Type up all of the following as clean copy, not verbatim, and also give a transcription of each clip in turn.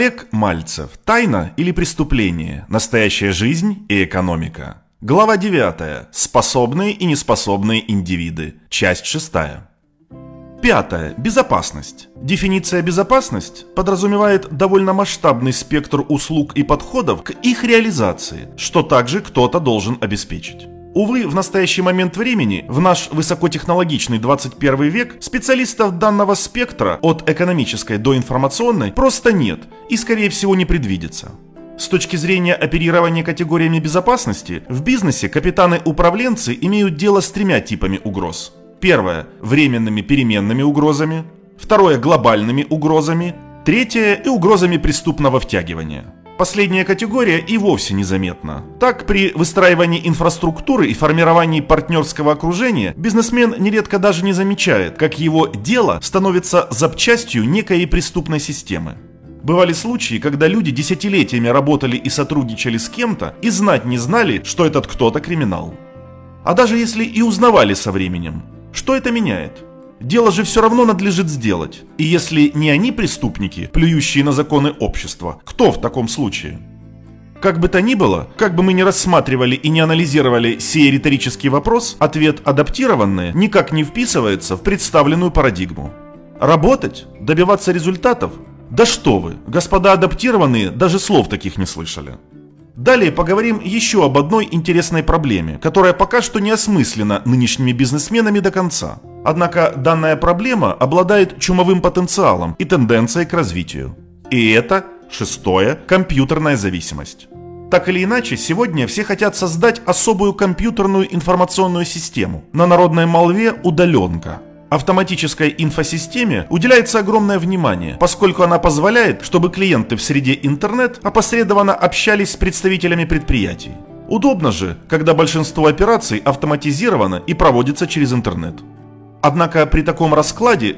Олег Мальцев. Тайна или преступление? Настоящая жизнь и экономика. Глава 9. Способные и неспособные индивиды. Часть 6. 5. Безопасность. Дефиниция «безопасность» подразумевает довольно масштабный спектр услуг и подходов к их реализации, что также кто-то должен обеспечить. Увы, в настоящий момент времени, в наш высокотехнологичный 21 век, специалистов данного спектра, от экономической до информационной, просто нет и, скорее всего, не предвидится. С точки зрения оперирования категориями безопасности, в бизнесе капитаны-управленцы имеют дело с тремя типами угроз. Первое – временными переменными угрозами. Второе – глобальными угрозами. Третье – и угрозами преступного втягивания. Последняя категория и вовсе незаметна. Так, при выстраивании инфраструктуры и формировании партнерского окружения бизнесмен нередко даже не замечает, как его дело становится запчастью некой преступной системы. Бывали случаи, когда люди десятилетиями работали и сотрудничали с кем-то и знать не знали, что этот кто-то криминал. А даже если и узнавали со временем, что это меняет? Дело же все равно надлежит сделать. И если не они преступники, плюющие на законы общества, кто в таком случае? Как бы то ни было, как бы мы ни рассматривали и не анализировали сей риторический вопрос, ответ «адаптированные» никак не вписывается в представленную парадигму. Работать? Добиваться результатов? Да что вы, господа адаптированные даже слов таких не слышали. Далее поговорим еще об одной интересной проблеме, которая пока что не осмыслена нынешними бизнесменами до конца. Однако данная проблема обладает чумовым потенциалом и тенденцией к развитию. И это, шестое, компьютерная зависимость. Так или иначе, сегодня все хотят создать особую компьютерную информационную систему. На народной молве удаленка. Автоматической инфосистеме уделяется огромное внимание, поскольку она позволяет, чтобы клиенты в среде интернет опосредованно общались с представителями предприятий. Удобно же, когда большинство операций автоматизировано и проводится через интернет. Однако при таком раскладе,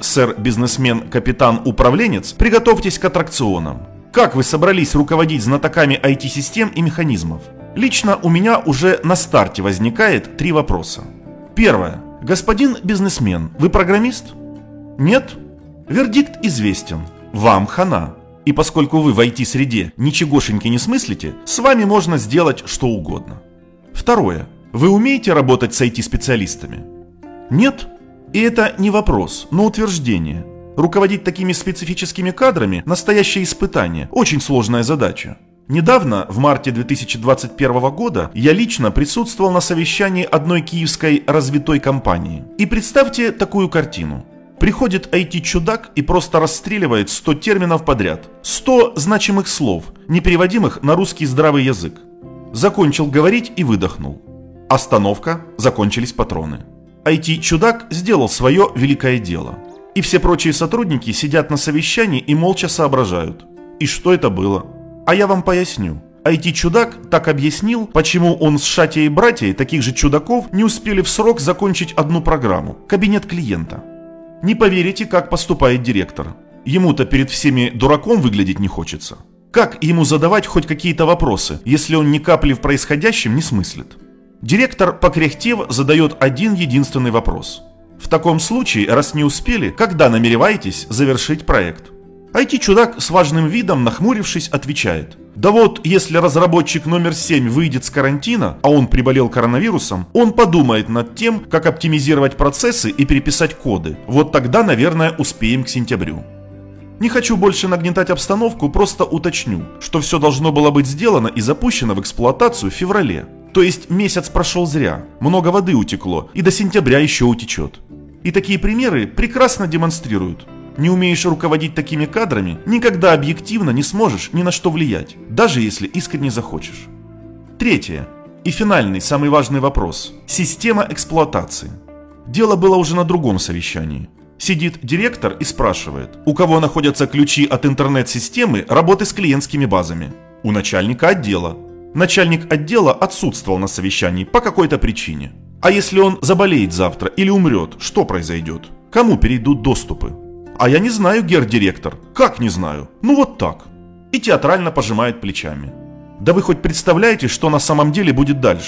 сэр-бизнесмен-капитан-управленец, приготовьтесь к аттракционам. Как вы собрались руководить знатоками IT-систем и механизмов? Лично у меня уже на старте возникает 3 вопроса. Первое. Господин бизнесмен, вы программист? Нет? Вердикт известен. Вам хана. И поскольку вы в IT-среде ничегошеньки не смыслите, с вами можно сделать что угодно. Второе. Вы умеете работать с IT-специалистами? Нет? И это не вопрос, но утверждение. Руководить такими специфическими кадрами – настоящее испытание, очень сложная задача. Недавно, в марте 2021 года, я лично присутствовал на совещании одной киевской развитой компании. И представьте такую картину. Приходит IT-чудак и просто расстреливает 100 терминов подряд. 100 значимых слов, не переводимых на русский здравый язык. Закончил говорить и выдохнул. Остановка, закончились патроны. IT-чудак сделал свое великое дело. И все прочие сотрудники сидят на совещании и молча соображают. И что это было? А я вам поясню. IT-чудак так объяснил, почему он с Шатей и братьей, таких же чудаков, не успели в срок закончить одну программу – кабинет клиента. Не поверите, как поступает директор. Ему-то перед всеми дураком выглядеть не хочется. Как ему задавать хоть какие-то вопросы, если он ни капли в происходящем не смыслит? Директор, покряхтев, задает один единственный вопрос. В таком случае, раз не успели, когда намереваетесь завершить проект? IT-чудак с важным видом, нахмурившись, отвечает: да вот, если разработчик номер 7 выйдет с карантина, а он приболел коронавирусом, он подумает над тем, как оптимизировать процессы и переписать коды. Вот тогда, наверное, успеем к сентябрю. Не хочу больше нагнетать обстановку, просто уточню, что все должно было быть сделано и запущено в эксплуатацию в феврале. То есть месяц прошел зря, много воды утекло и до сентября еще утечет. И такие примеры прекрасно демонстрируют. Не умеешь руководить такими кадрами, никогда объективно не сможешь ни на что влиять, даже если искренне захочешь. Третье. И финальный, самый важный вопрос. Система эксплуатации. Дело было уже на другом совещании. Сидит директор и спрашивает, у кого находятся ключи от интернет-системы работы с клиентскими базами. У начальника отдела. Начальник отдела отсутствовал на совещании по какой-то причине. А если он заболеет завтра или умрет, что произойдет? Кому перейдут доступы? А я не знаю, герр-директор. Как не знаю? Ну вот так. И театрально пожимает плечами. Да вы хоть представляете, что на самом деле будет дальше?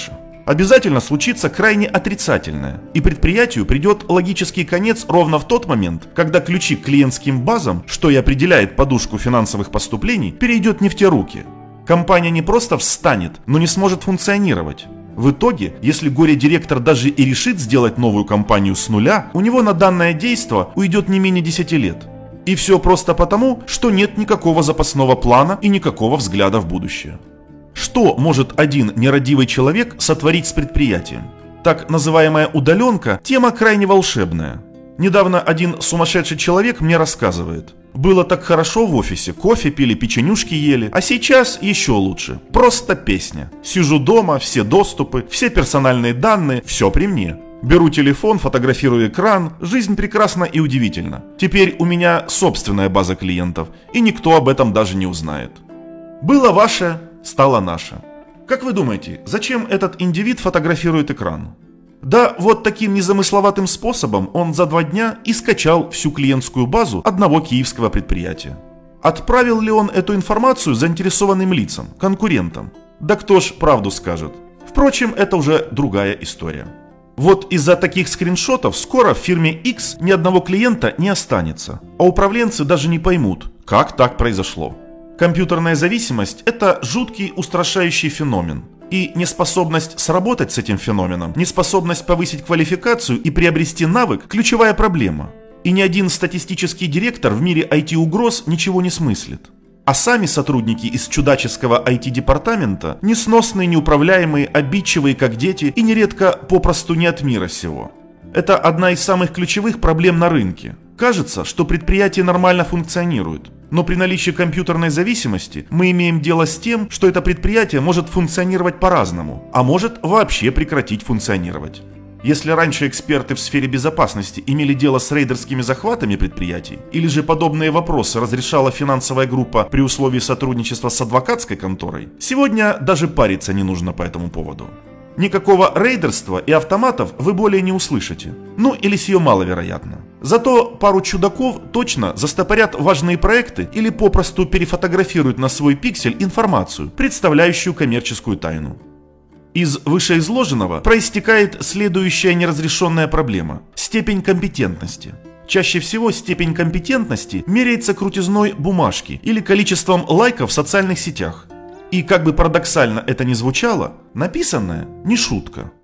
обязательно случится крайне отрицательное, и предприятию придет логический конец ровно в тот момент, когда ключи к клиентским базам, что и определяет подушку финансовых поступлений, перейдет не в те руки. Компания не просто встанет, но не сможет функционировать. В итоге, если горе-директор даже и решит сделать новую компанию с нуля, у него на данное действо уйдет не менее 10 лет. И все просто потому, что нет никакого запасного плана и никакого взгляда в будущее. Что может один нерадивый человек сотворить с предприятием? Так называемая удаленка – тема крайне волшебная. Недавно один сумасшедший человек мне рассказывает. Было так хорошо в офисе, кофе пили, печенюшки ели, а сейчас еще лучше. Просто песня. Сижу дома, все доступы, все персональные данные, все при мне. Беру телефон, фотографирую экран, жизнь прекрасна и удивительна. Теперь у меня собственная база клиентов, и никто об этом даже не узнает. Было ваше, стало наше. Как вы думаете, зачем этот индивид фотографирует экран? Да вот таким незамысловатым способом он за 2 дня и скачал всю клиентскую базу одного киевского предприятия. Отправил ли он эту информацию заинтересованным лицам, конкурентам? Да кто ж правду скажет? Впрочем, это уже другая история. Вот из-за таких скриншотов скоро в фирме X ни одного клиента не останется, а управленцы даже не поймут, как так произошло. Компьютерная зависимость – это жуткий устрашающий феномен. И неспособность сработать с этим феноменом, неспособность повысить квалификацию и приобрести навык – ключевая проблема. И ни один статистический директор в мире IT-угроз ничего не смыслит. А сами сотрудники из чудаческого IT-департамента несносные, неуправляемые, обидчивые, как дети, и нередко попросту не от мира сего. Это одна из самых ключевых проблем на рынке. Кажется, что предприятие нормально функционирует. Но при наличии компьютерной зависимости мы имеем дело с тем, что это предприятие может функционировать по-разному, а может вообще прекратить функционировать. Если раньше эксперты в сфере безопасности имели дело с рейдерскими захватами предприятий, или же подобные вопросы разрешала финансовая группа при условии сотрудничества с адвокатской конторой, сегодня даже париться не нужно по этому поводу. Никакого рейдерства и автоматов вы более не услышите. Ну или сие маловероятно. Зато пару чудаков точно застопорят важные проекты или попросту перефотографируют на свой пиксель информацию, представляющую коммерческую тайну. Из вышеизложенного проистекает следующая неразрешенная проблема – степень компетентности. Чаще всего степень компетентности меряется крутизной бумажки или количеством лайков в социальных сетях. И как бы парадоксально это ни звучало, написанное не шутка.